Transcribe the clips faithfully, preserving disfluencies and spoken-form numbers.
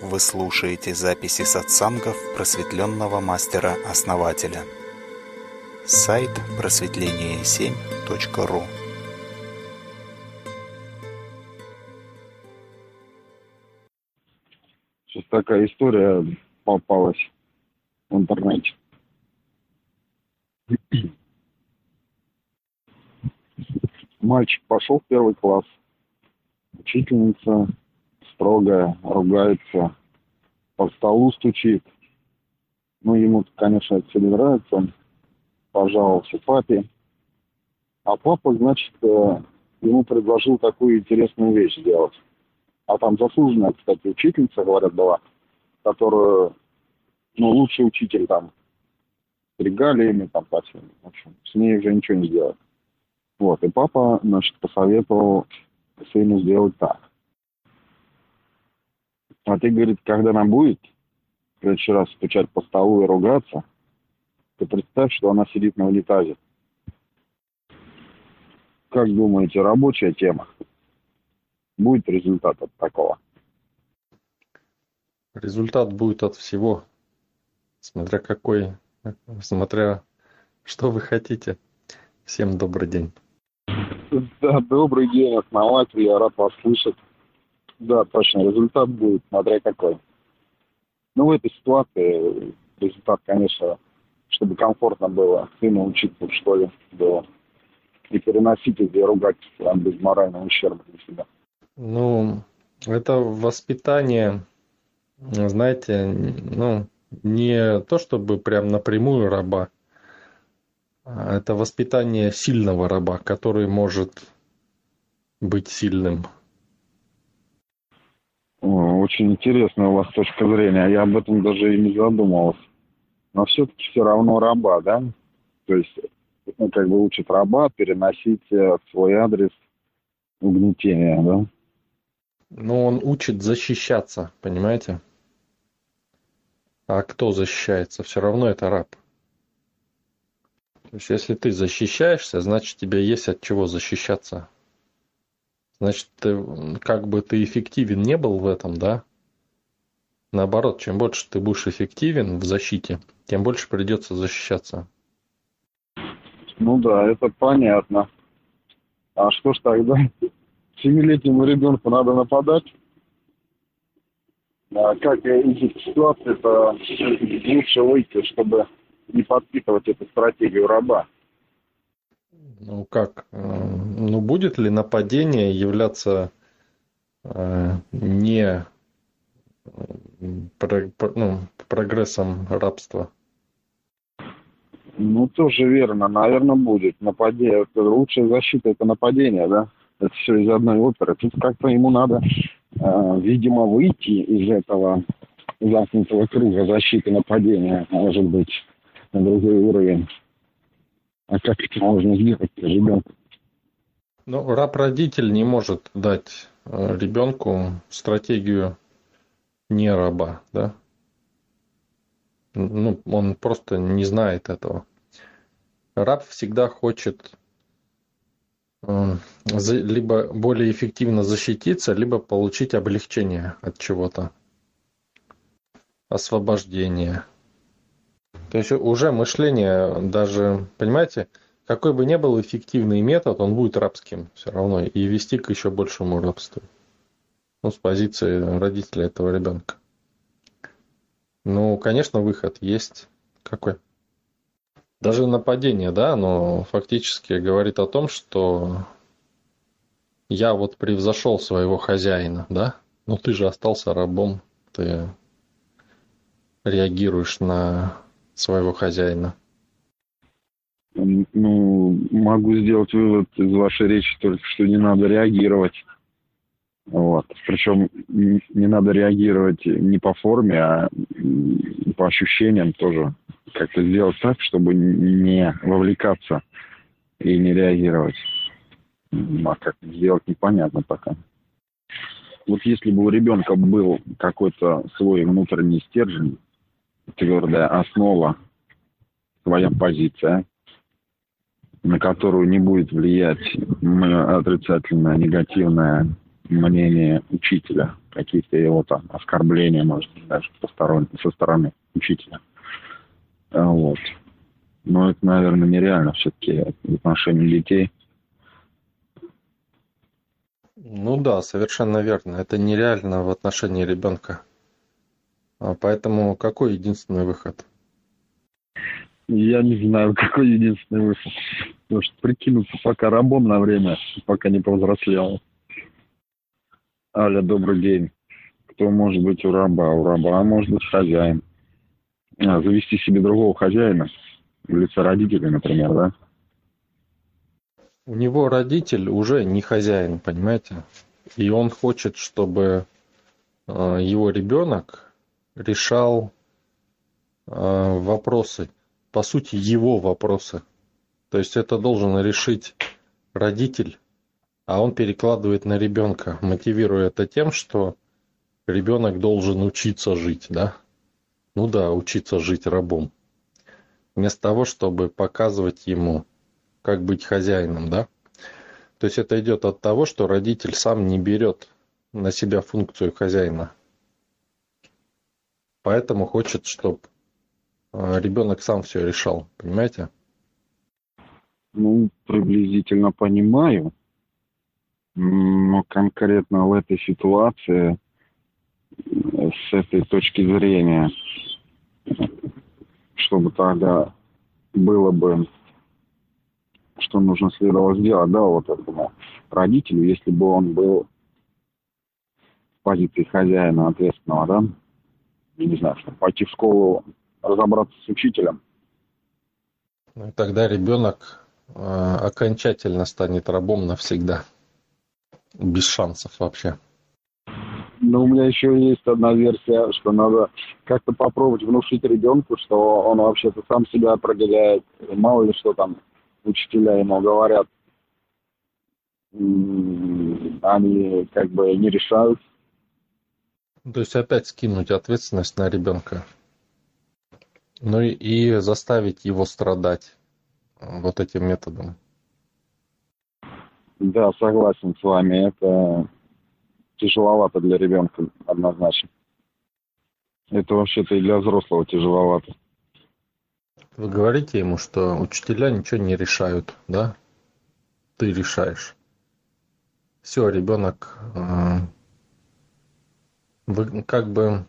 Вы слушаете записи сатсангов просветленного мастера-основателя. Сайт просветление семь точка ру. Сейчас такая история попалась в интернете. Мальчик пошел в первый класс. Учительница строгая, ругается, по столу стучит. Ну, ему, конечно, это все не нравится. Он пожаловался папе. А папа, значит, ему предложил такую интересную вещь сделать. А там заслуженная, кстати, учительница, говорят, была, которую, ну, лучший учитель там, регалиями там, по всем. В общем, с ней уже ничего не сделать. Вот, и папа, значит, посоветовал сыну сделать так. А ты, говорит, когда она будет в следующий раз стучать по столу и ругаться, ты представь, что она сидит на унитазе. Как думаете, рабочая тема? Будет результат от такого? Результат будет от всего. Смотря какой, смотря что вы хотите. Всем добрый день. Да, добрый день, основатель, я рад вас слышать. Да, точно, результат будет, смотря какой. Ну, в этой ситуации результат, конечно, чтобы комфортно было сыну учиться в школе было. И переносить эти ругательства без морального ущерба для себя. Ну, это воспитание, знаете, ну, не то чтобы прям напрямую раба, а это воспитание сильного раба, который может быть сильным. Очень интересная у вас точка зрения. Я об этом даже и не задумывался. Но все-таки все равно раба, да? То есть, ну, как бы учит раба переносить в свой адрес угнетение, да? Но он учит защищаться, понимаете? А кто защищается? Все равно это раб. То есть, если ты защищаешься, значит, тебе есть от чего защищаться. Значит, ты, как бы ты эффективен не был в этом, да? Наоборот, чем больше ты будешь эффективен в защите, тем больше придется защищаться. Ну да, это понятно. А что ж тогда? Семилетнему ребенку надо нападать? А как из этой ситуации-то лучше выйти, чтобы не подпитывать эту стратегию раба? Ну как? Ну будет ли нападение являться э, не про, ну, прогрессом рабства? Ну, тоже верно. Наверное, будет. Нападение. Лучшая защита – это нападение, да? Это все из одной оперы. Тут как-то ему надо, э, видимо, выйти из этого замкнутого круга защиты нападения, может быть, на другой уровень. А как это можно сделать ребенку? Ну, раб-родитель не может дать ребенку стратегию не раба, да? Ну, он просто не знает этого. Раб всегда хочет э, либо более эффективно защититься, либо получить облегчение от чего-то. Освобождение. То есть уже мышление даже, понимаете, какой бы ни был эффективный метод, он будет рабским все равно и вести к еще большему рабству. Ну, с позиции родителя этого ребенка. Ну, конечно, выход есть. Какой? Даже нападение, да, оно фактически говорит о том, что я вот превзошел своего хозяина, да? Но ты же остался рабом, ты реагируешь на своего хозяина. Ну, могу сделать вывод из вашей речи только, что не надо реагировать. Вот. Причем не надо реагировать не по форме, а по ощущениям тоже. Как-то сделать так, чтобы не вовлекаться и не реагировать. А как сделать, непонятно пока. Вот если бы у ребенка был какой-то свой внутренний стержень, твердая основа, своя позиция, на которую не будет влиять отрицательное, негативное мнение учителя, какие-то его там оскорбления, может быть, даже посторонние, со стороны учителя. Вот. Но это, наверное, нереально все-таки в отношении детей. Ну да, совершенно верно. Это нереально в отношении ребенка. А поэтому какой единственный выход? Я не знаю, какой единственный выход. Может, прикинуться пока рабом на время, пока не повзрослел. Аля, добрый день. Кто может быть у раба? У раба может быть хозяин. А, завести себе другого хозяина, в лице родителей, например, да? У него родитель уже не хозяин, понимаете? И он хочет, чтобы э, его ребенок решал э, вопросы, по сути, его вопросы. То есть это должен решить родитель, а он перекладывает на ребенка, мотивируя это тем, что ребенок должен учиться жить, да? Ну да, учиться жить рабом. Вместо того, чтобы показывать ему, как быть хозяином, да? То есть это идет от того, что родитель сам не берет на себя функцию хозяина. Поэтому хочет, чтобы ребенок сам все решал, понимаете? Ну, приблизительно понимаю. Но конкретно в этой ситуации, с этой точки зрения, чтобы тогда было бы, что нужно следовало сделать, да, вот этому родителю, если бы он был в позиции хозяина ответственного, да, я не знаю, что пойти в школу, разобраться с учителем. Ну, и тогда ребенок э, окончательно станет рабом навсегда. Без шансов вообще. Но у меня еще есть одна версия, что надо как-то попробовать внушить ребенку, что он вообще-то сам себя определяет. Мало ли что там учителя ему говорят, они как бы не решают. То есть опять скинуть ответственность на ребенка. Ну и, и заставить его страдать вот этим методом. Да, согласен с вами. Это тяжеловато для ребенка, однозначно. Это вообще-то и для взрослого тяжеловато. Вы говорите ему, что учителя ничего не решают, да? Ты решаешь. Все, ребенок, э, вы как бы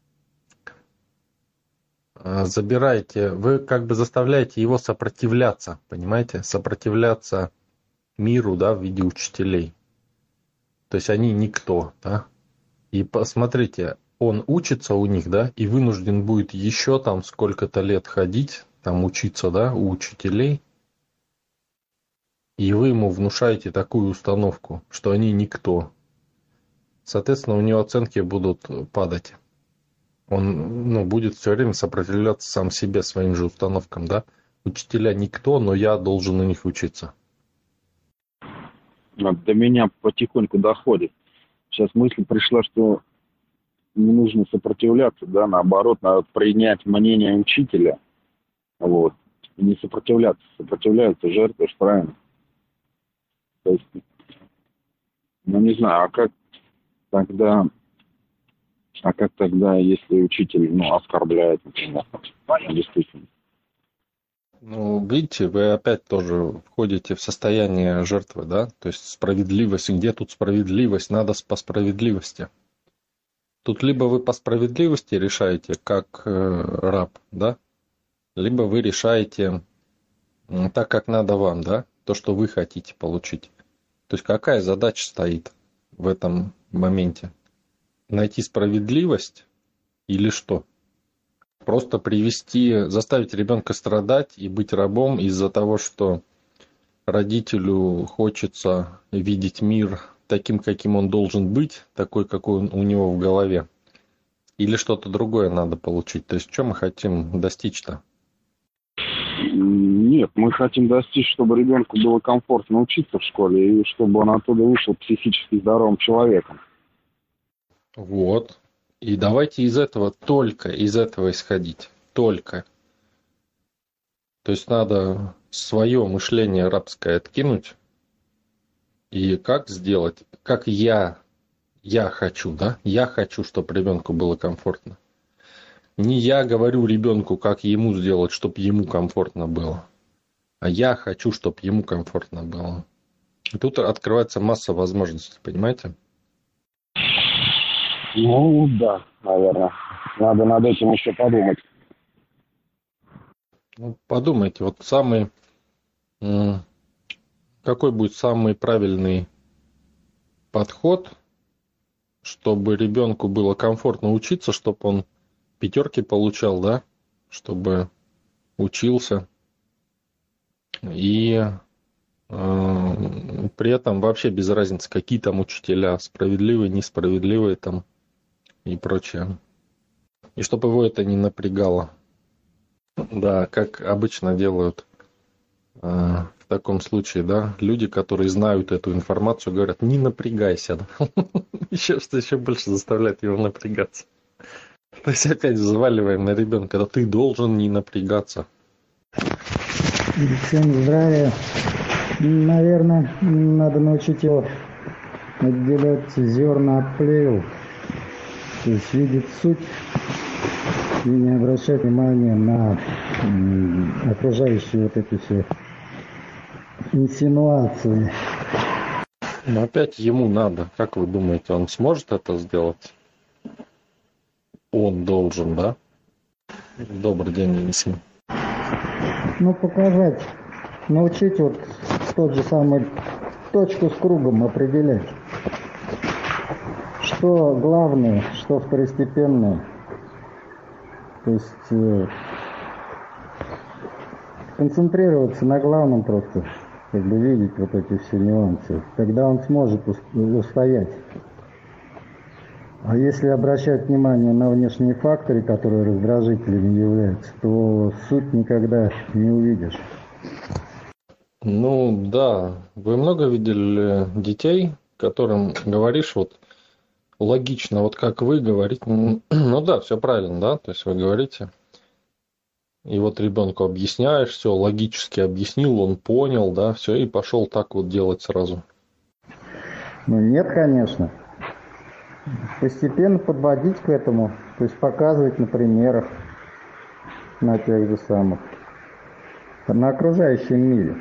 э, забираете, вы как бы заставляете его сопротивляться, понимаете? Сопротивляться миру, да, в виде учителей. То есть они никто, да? И посмотрите, он учится у них, да, и вынужден будет еще там сколько-то лет ходить, там учиться, да, у учителей. И вы ему внушаете такую установку, что они никто. Соответственно, у него оценки будут падать. Он, ну, будет все время сопротивляться сам себе, своим же установкам, да. Учителя никто, но я должен у них учиться. До меня потихоньку доходит. Сейчас мысль пришла, что не нужно сопротивляться, да, наоборот, надо принять мнение учителя, вот, и не сопротивляться. Сопротивляются жертвы, правильно? То есть, ну, не знаю, а как тогда, а как тогда, если учитель, ну, оскорбляет, например, действительно? Ну, видите, вы опять тоже входите в состояние жертвы, да? То есть справедливость. Где тут справедливость? Надо по справедливости. Тут либо вы по справедливости решаете, как э, раб, да? Либо вы решаете э, так, как надо вам, да? То, что вы хотите получить. То есть какая задача стоит в этом моменте? Найти справедливость или что? Просто привести, заставить ребенка страдать и быть рабом из-за того, что родителю хочется видеть мир таким, каким он должен быть, такой, какой он у него в голове. Или что-то другое надо получить. То есть, что мы хотим достичь-то? Нет, мы хотим достичь, чтобы ребенку было комфортно учиться в школе, и чтобы он оттуда вышел психически здоровым человеком. Вот. И давайте из этого, только из этого исходить. Только. То есть надо свое мышление рабское откинуть. И как сделать? Как я Я хочу, да? Я хочу, чтобы ребенку было комфортно. Не я говорю ребенку, как ему сделать, чтобы ему комфортно было. А я хочу, чтобы ему комфортно было. И тут открывается масса возможностей, понимаете? Ну, да, наверное. Надо над этим еще подумать. Ну, подумайте, вот самый... м, какой будет самый правильный подход, чтобы ребенку было комфортно учиться, чтобы он пятерки получал, да, чтобы учился и э, при этом вообще без разницы, какие там учителя, справедливые, несправедливые там и прочее. И чтобы его это не напрягало. Да, как обычно делают э, в таком случае, да, люди, которые знают эту информацию, говорят, не напрягайся. Да? Еще что еще больше заставляет его напрягаться. То есть опять взваливаем на ребенка, да ты должен не напрягаться. Всем здравия. Наверное, надо научить его отделять зерна от плевел. То есть видеть суть и не обращать внимания на м, окружающие вот эти все инсинуации. Но опять ему надо. Как вы думаете, он сможет это сделать? Он должен, да? Добрый день, Енисей. Ну, показать, научить вот тот же самый точку с кругом определять. Что главное, что второстепенное. То есть э, концентрироваться на главном просто, как бы видеть вот эти все нюансы. Тогда он сможет устоять. А если обращать внимание на внешние факторы, которые раздражителями являются, то суть никогда не увидишь. Ну да, вы много видели детей, которым говоришь вот логично, вот как вы говорите, ну да, все правильно, да, то есть вы говорите, и вот ребенку объясняешь, все логически объяснил, он понял, да, все, и пошел так вот делать сразу. Ну нет, конечно. Постепенно подводить к этому, то есть показывать на примерах, на тех же самых, на окружающем мире.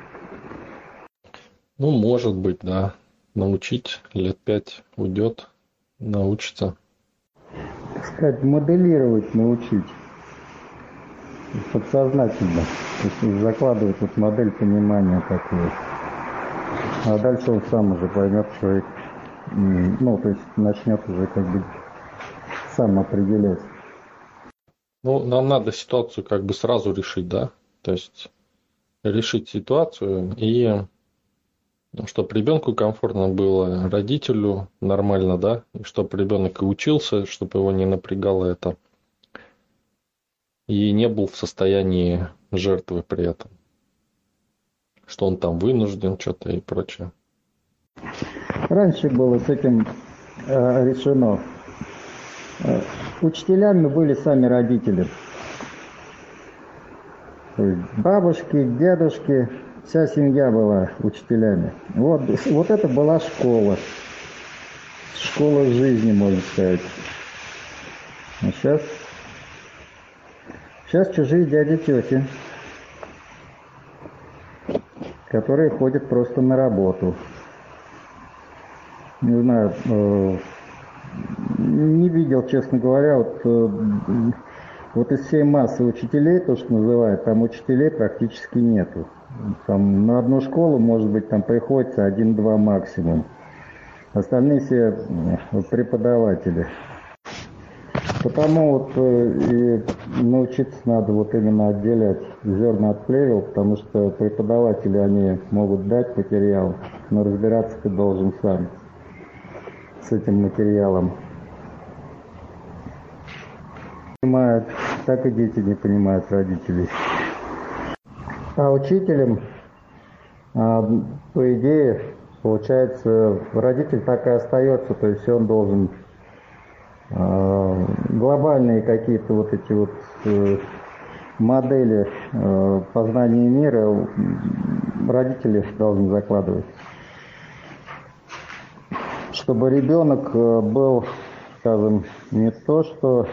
Ну, может быть, да, научить лет пять уйдет, научится. Так сказать, моделировать научить подсознательно, то есть закладывать вот модель понимания такую. А дальше он сам уже поймет, что, ну, то есть начнет уже как бы сам определять. Ну, нам надо ситуацию как бы сразу решить, да, то есть решить ситуацию и чтобы ребенку комфортно было, родителю нормально, да, и чтобы ребенок и учился, чтобы его не напрягало это, и не был в состоянии жертвы при этом, что он там вынужден что-то и прочее. Раньше было с этим э, решено. Э, учителями были сами родители. То есть бабушки, дедушки, вся семья была учителями. Вот, вот это была школа. Школа жизни, можно сказать. А сейчас, сейчас чужие дяди, тети, которые ходят просто на работу. Не знаю, э, не видел, честно говоря, вот, э, вот из всей массы учителей, то, что называют, там учителей практически нету. Там на одну школу, может быть, там приходится один-два максимум. Остальные все преподаватели. Потому вот э, и научиться надо вот именно отделять зерна от плевел, потому что преподаватели, они могут дать материал, но разбираться ты должен сам с этим материалом. Понимают, так и дети не понимают родителей. А учителем, а, по идее, получается, родитель так и остается, то есть он должен а, глобальные какие-то вот эти вот э, модели э, познания мира родители должны закладывать. чтобы ребенок был, скажем, не то, что,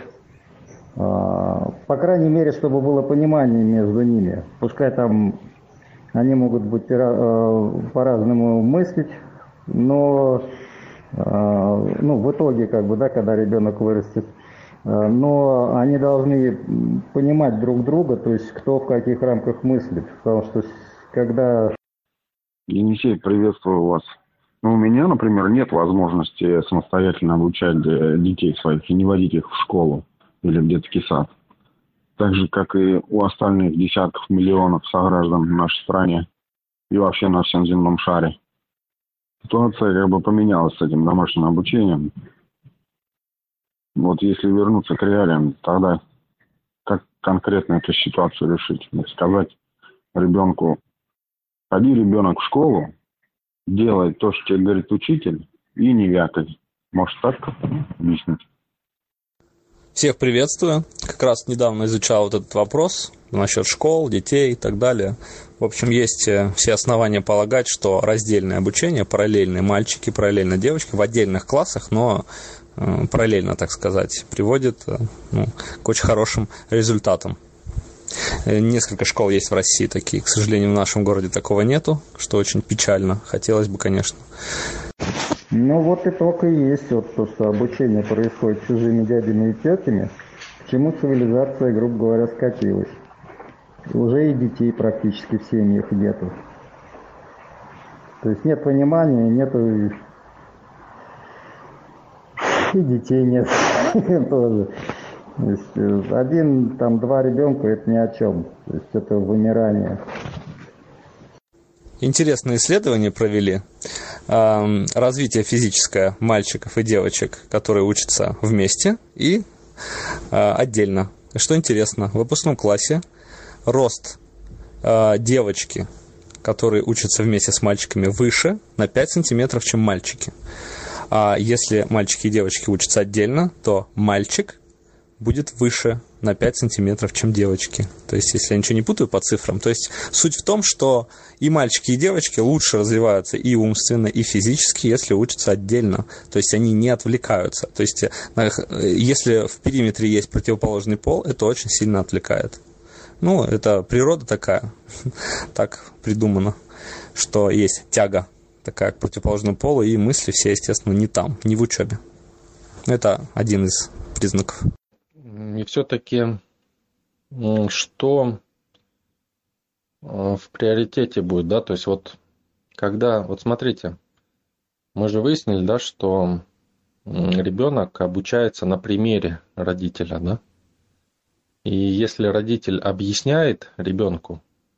по крайней мере, чтобы было понимание между ними. Пускай там они могут быть по-разному мыслить, но ну, в итоге, как бы, да, когда ребенок вырастет, но они должны понимать друг друга, то есть кто в каких рамках мыслит, потому что когда... Енисей, приветствую вас. Ну, у меня, например, нет возможности самостоятельно обучать детей своих и не водить их в школу или в детский сад. Так же, как и у остальных десятков миллионов сограждан в нашей стране и вообще на всем земном шаре. Ситуация как бы поменялась с этим домашним обучением. Вот если вернуться к реалиям, тогда как конкретно эту ситуацию решить? Сказать ребенку: ходи, ребенок, в школу, делай то, что тебе говорит учитель, и не вякай. Может, так объяснить? Всех приветствую. Как раз недавно изучал вот этот вопрос насчет школ, детей и так далее. В общем, есть все основания полагать, что раздельное обучение, параллельные мальчики, параллельно девочки в отдельных классах, но параллельно, так сказать, приводит ну, к очень хорошим результатам. Несколько школ есть в России такие. К сожалению, в нашем городе такого нету, что очень печально. Хотелось бы, конечно. Ну вот итог и есть вот то, что обучение происходит чужими дядями и тетями, к чему цивилизация, грубо говоря, скатилась. Уже и детей практически в семьях нету. То есть нет понимания, нету и детей нет тоже. То есть один, там, два ребенка — это ни о чем. То есть это вымирание. Интересные исследования провели. Развитие физическое мальчиков и девочек, которые учатся вместе и отдельно. Что интересно, в выпускном классе рост девочки, которые учатся вместе с мальчиками, выше на пять сантиметров, чем мальчики. А если мальчики и девочки учатся отдельно, то мальчик будет выше на пять сантиметров, чем девочки. То есть, если я ничего не путаю по цифрам, то есть суть в том, что и мальчики, и девочки лучше развиваются и умственно, и физически, если учатся отдельно. То есть, они не отвлекаются. То есть, если в периметре есть противоположный пол, это очень сильно отвлекает. Ну, это природа такая, так придумано, что есть тяга такая к противоположному полу, и мысли все, естественно, не там, не в учебе. Это один из признаков. И все-таки что в приоритете будет, да, то есть вот когда, вот смотрите, мы же выяснили, да, что ребенок обучается на примере родителя, да, и если родитель объясняет ребенку,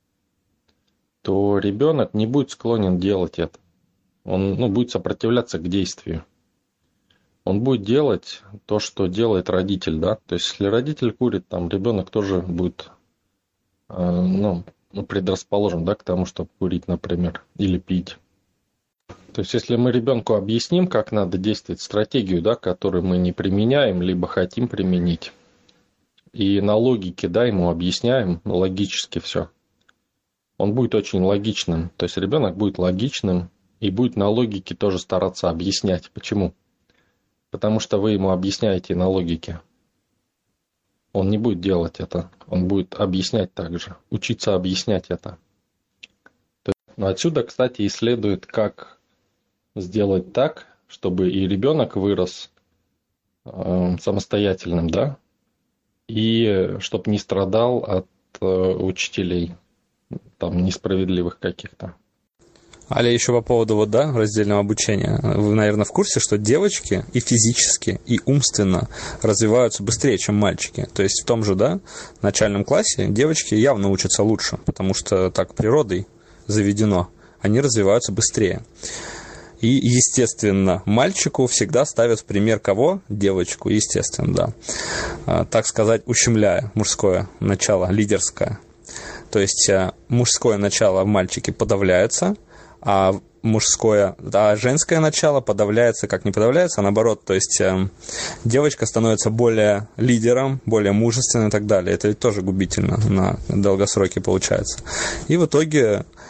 то ребенок не будет склонен делать это, он, ну, будет сопротивляться к действию. Он будет делать то, что делает родитель, да. То есть, если родитель курит, там ребенок тоже будет, э, ну, предрасположен, да, к тому, чтобы курить, например, или пить. То есть, если мы ребенку объясним, как надо действовать, стратегию, да, которую мы не применяем, либо хотим применить, и на логике, да, ему объясняем, логически все, он будет очень логичным. То есть, ребенок будет логичным и будет на логике тоже стараться объяснять. Почему? Потому что вы ему объясняете на логике. Он не будет делать это. Он будет объяснять также. Учиться объяснять это. То есть, ну, отсюда, кстати, и следует, как сделать так, чтобы и ребенок вырос э, самостоятельным, да, и чтобы не страдал от э, учителей, там, несправедливых каких-то. Аля, еще по поводу вот, да, раздельного обучения. Вы, наверное, в курсе, что девочки и физически, и умственно развиваются быстрее, чем мальчики. То есть в том же, да, начальном классе девочки явно учатся лучше, потому что так природой заведено. Они развиваются быстрее. И, естественно, мальчику всегда ставят в пример кого? Девочку, естественно, да. А, так сказать, ущемляя мужское начало, лидерское. То есть мужское начало в мальчике подавляется, а мужское, а женское начало подавляется, как не подавляется, а наоборот, то есть э, девочка становится более лидером, более мужественной и так далее. Это ведь тоже губительно на долгосроке получается. И в итоге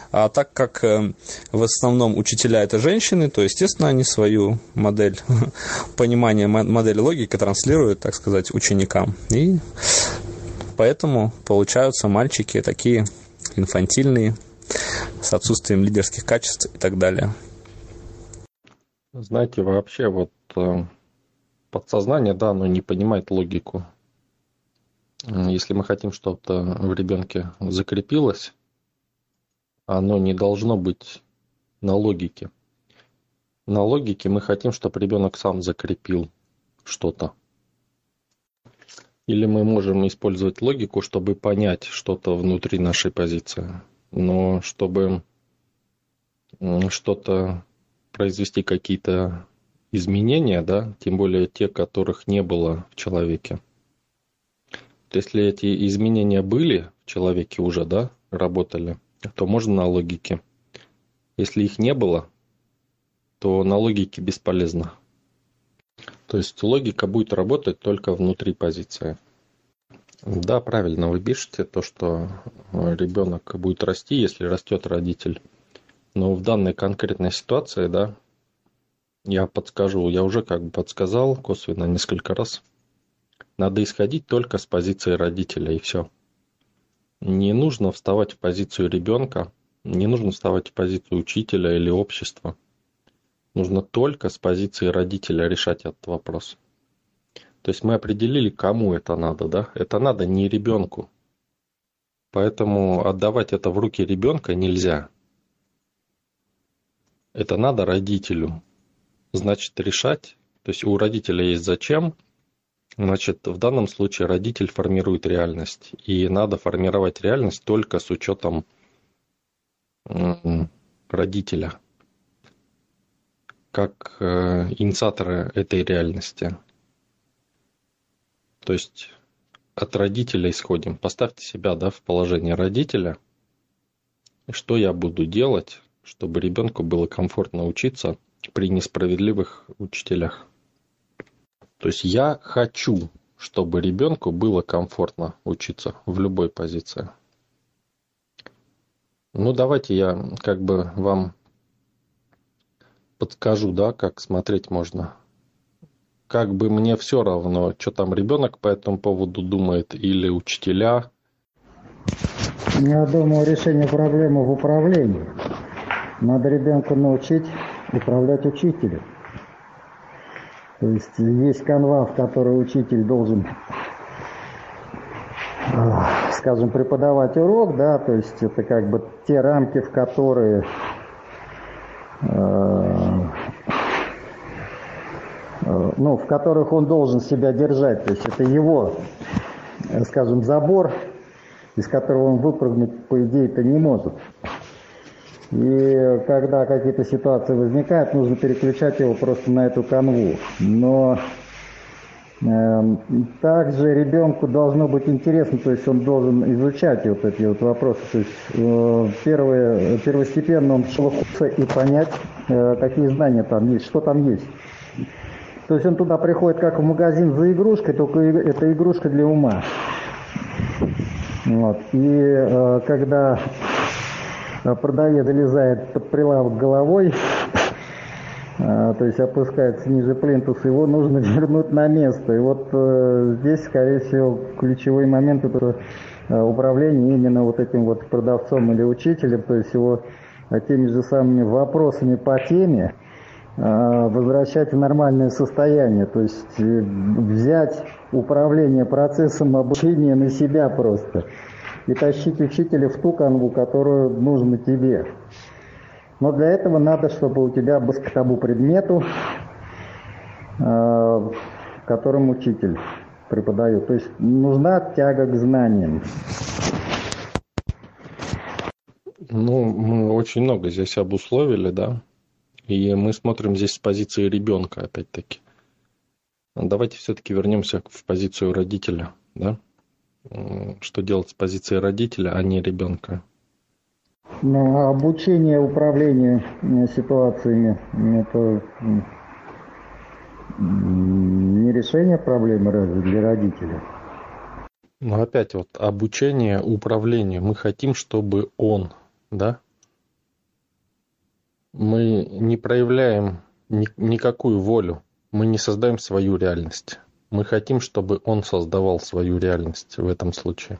А так как э, в основном учителя это женщины, то, естественно, они свою модель понимания модели логики транслируют, так сказать, ученикам. И поэтому получаются мальчики такие инфантильные, с отсутствием лидерских качеств и так далее. Знаете, вообще вот э, подсознание, да, оно не понимает логику. Если мы хотим, чтобы что-то в ребенке закрепилось, оно не должно быть на логике. На логике мы хотим, чтобы ребенок сам закрепил что-то. Или мы можем использовать логику, чтобы понять что-то внутри нашей позиции. Но чтобы что-то произвести, какие-то изменения, да, тем более те, которых не было в человеке. Если эти изменения были в человеке уже, да, работали, то можно на логике. Если их не было, то на логике бесполезно. То есть логика будет работать только внутри позиции. Да, правильно вы пишете, то, что ребенок будет расти, если растет родитель. Но в данной конкретной ситуации, да, я подскажу, я уже как бы подсказал косвенно несколько раз. Надо исходить только с позиции родителя, и все. Не нужно вставать в позицию ребенка, не нужно вставать в позицию учителя или общества. Нужно только с позиции родителя решать этот вопрос. То есть мы определили, кому это надо, да? Это надо не ребенку. Поэтому отдавать это в руки ребенка нельзя. Это надо родителю. Значит, решать. То есть у родителя есть зачем. Значит, в данном случае родитель формирует реальность. И надо формировать реальность только с учетом родителя. Как инициатора этой реальности. То есть от родителя исходим. Поставьте себя, да, в положение родителя. Что я буду делать, чтобы ребенку было комфортно учиться при несправедливых учителях? То есть я хочу, чтобы ребенку было комфортно учиться в любой позиции. Ну, давайте я как бы вам подскажу, да, как смотреть можно. Как бы мне все равно, что там ребенок по этому поводу думает или учителя. Я думаю, решение проблемы в управлении. Надо ребенка научить управлять учителем. То есть есть канва, в которой учитель должен, скажем, преподавать урок, да, то есть это как бы те рамки, в которые ну, в которых он должен себя держать. То есть это его, скажем, забор, из которого он выпрыгнуть, по идее-то, не может. И когда какие-то ситуации возникают, нужно переключать его просто на эту канву. Но э, также ребенку должно быть интересно, то есть он должен изучать вот эти вот вопросы. То есть э, первое, первостепенно он шелохнуться и понять, э, какие знания там есть, что там есть. То есть он туда приходит как в магазин за игрушкой, только это игрушка для ума. Вот. И э, когда продавец залезает под прилавок головой, э, то есть опускается ниже плинтуса, его нужно вернуть на место. И вот э, здесь, скорее всего, ключевой момент это э, управление именно вот этим вот продавцом или учителем, то есть его э, теми же самыми вопросами по теме, возвращать в нормальное состояние, то есть взять управление процессом обучения на себя просто и тащить учителя в ту канву, которую нужно тебе. Но для этого надо, чтобы у тебя был к тому предмету, которым учитель преподает. То есть нужна тяга к знаниям. Ну, мы очень много здесь обусловили, да. И мы смотрим здесь с позиции ребенка, опять-таки. Давайте все-таки вернемся в позицию родителя, да? Что делать с позиции родителя, а не ребенка? Ну, обучение, управление ситуациями – это не решение проблемы разве для родителя? Ну, опять вот обучение, управление. Мы хотим, чтобы он, да, мы не проявляем ни, никакую волю, мы не создаем свою реальность. Мы хотим, чтобы он создавал свою реальность в этом случае.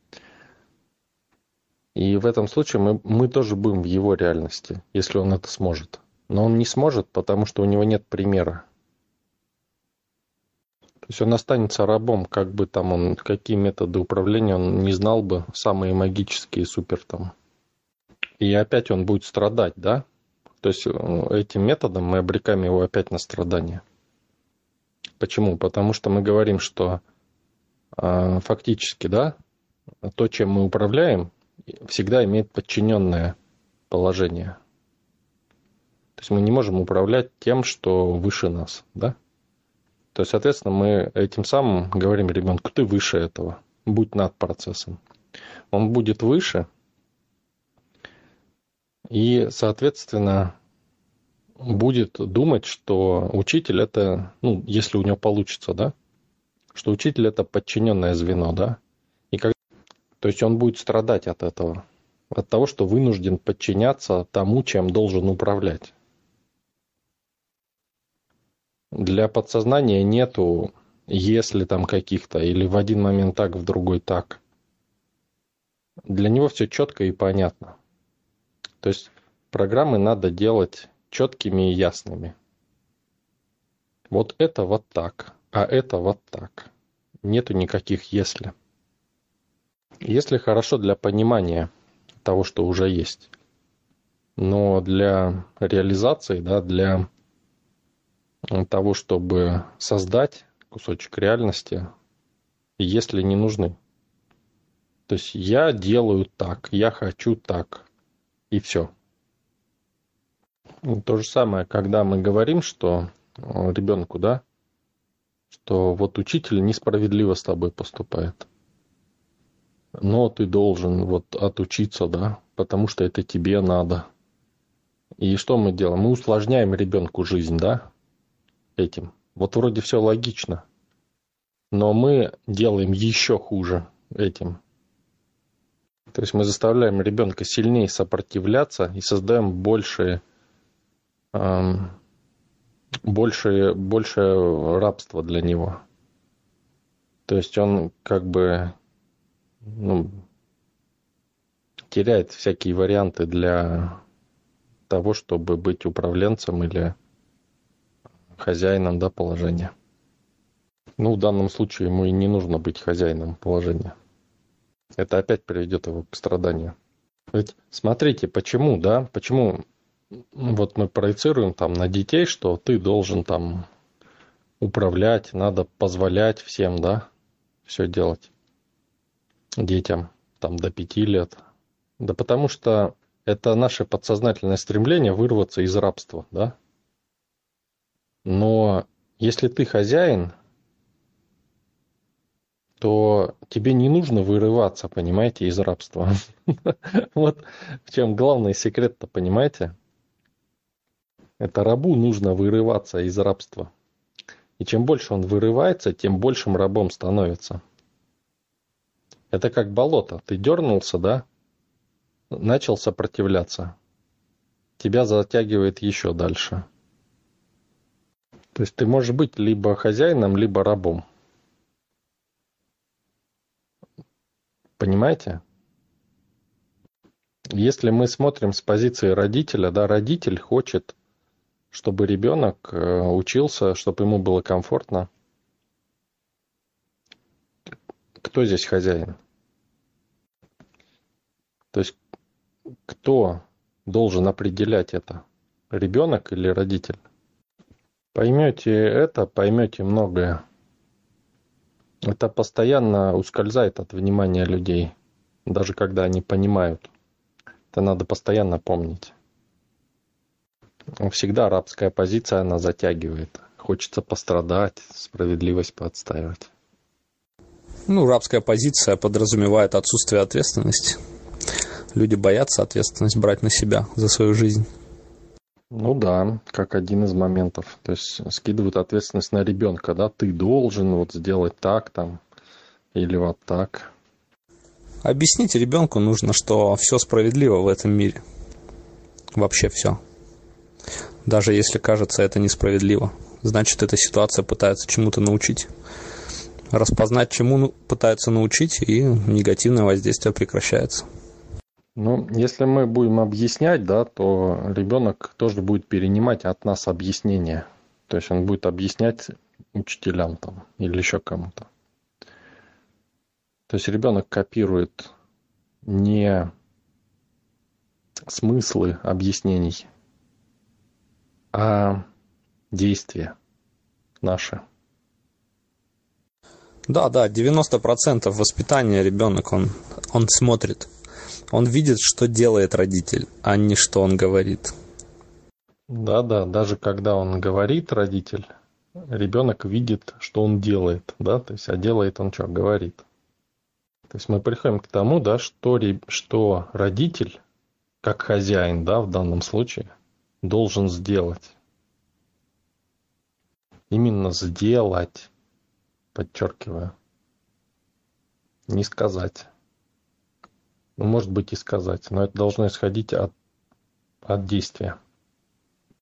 И в этом случае мы, мы тоже будем в его реальности, если он это сможет. Но он не сможет, потому что у него нет примера. То есть он останется рабом, как бы там он, какие методы управления он не знал бы, самые магические, супер там. И опять он будет страдать, да? То есть этим методом мы обрекаем его опять на страдания. Почему? Потому что мы говорим, что э, фактически, да, то, чем мы управляем, всегда имеет подчиненное положение. То есть мы не можем управлять тем, что выше нас, да? То есть, соответственно, мы этим самым говорим ребенку: ты выше этого, будь над процессом. Он будет выше, и, соответственно, будет думать, что учитель это, ну, если у него получится, да, что учитель это подчиненное звено, да, и как, то есть он будет страдать от этого, от того, что вынужден подчиняться тому, чем должен управлять. Для подсознания нету если там каких-то, или в один момент так, в другой так. Для него все четко и понятно. То есть программы надо делать четкими и ясными. Вот это вот так, а это вот так. Нету никаких «если». Если хорошо для понимания того, что уже есть. Но для реализации, да, для того, чтобы создать кусочек реальности, если не нужны. То есть я делаю так, я хочу так, и все. И то же самое, когда мы говорим, что ребенку, да, что вот учитель несправедливо с тобой поступает. Но ты должен вот отучиться, да, потому что это тебе надо. И что мы делаем? Мы усложняем ребенку жизнь, да, этим. Вот вроде все логично, но мы делаем еще хуже этим. То есть мы заставляем ребенка сильнее сопротивляться и создаем больше, эм, больше, больше рабства для него. То есть он как бы, ну, теряет всякие варианты для того, чтобы быть управленцем или хозяином, да, положения. Ну, в данном случае ему и не нужно быть хозяином положения. Это опять приведет его к страданию. Ведь смотрите, почему, да, почему вот мы проецируем там на детей, что ты должен там управлять, надо позволять всем, да, все делать детям там до пяти лет. Да потому что это наше подсознательное стремление вырваться из рабства, да. Но если ты хозяин, то тебе не нужно вырываться, понимаете, из рабства. Вот в чем главный секрет-то, понимаете? Это рабу нужно вырываться из рабства. И чем больше он вырывается, тем большим рабом становится. Это как болото. Ты дернулся, да? Начал сопротивляться. Тебя затягивает еще дальше. То есть ты можешь быть либо хозяином, либо рабом. Понимаете? Если мы смотрим с позиции родителя, да, родитель хочет, чтобы ребенок учился, чтобы ему было комфортно. Кто здесь хозяин? То есть кто должен определять это? Ребенок или родитель? Поймете это, поймете многое. Это постоянно ускользает от внимания людей, даже когда они понимают. Это надо постоянно помнить. Всегда рабская позиция, она затягивает. Хочется пострадать, справедливость поотстаивать. Ну, рабская позиция подразумевает отсутствие ответственности. Люди боятся ответственность брать на себя за свою жизнь. Ну да, как один из моментов. То есть скидывают ответственность на ребенка, да, ты должен вот сделать так там или вот так. Объяснить ребенку нужно, что все справедливо в этом мире. Вообще все. Даже если кажется это несправедливо. Значит, эта ситуация пытается чему-то научить. Распознать, чему пытаются научить, и негативное воздействие прекращается. Ну, если мы будем объяснять, да, то ребенок тоже будет перенимать от нас объяснения. То есть он будет объяснять учителям там или еще кому-то. То есть ребенок копирует не смыслы объяснений, а действия наши. Да, да, девяносто процентов воспитания ребенок, он, он смотрит. Он видит, что делает родитель, а не что он говорит. Да, да, даже когда он говорит, родитель, ребенок видит, что он делает, да, то есть, а делает он что, говорит. То есть мы приходим к тому, да, что, что родитель, как хозяин, да, в данном случае, должен сделать. Именно сделать, подчеркиваю, не сказать. Ну, может быть и сказать, но это должно исходить от, от действия.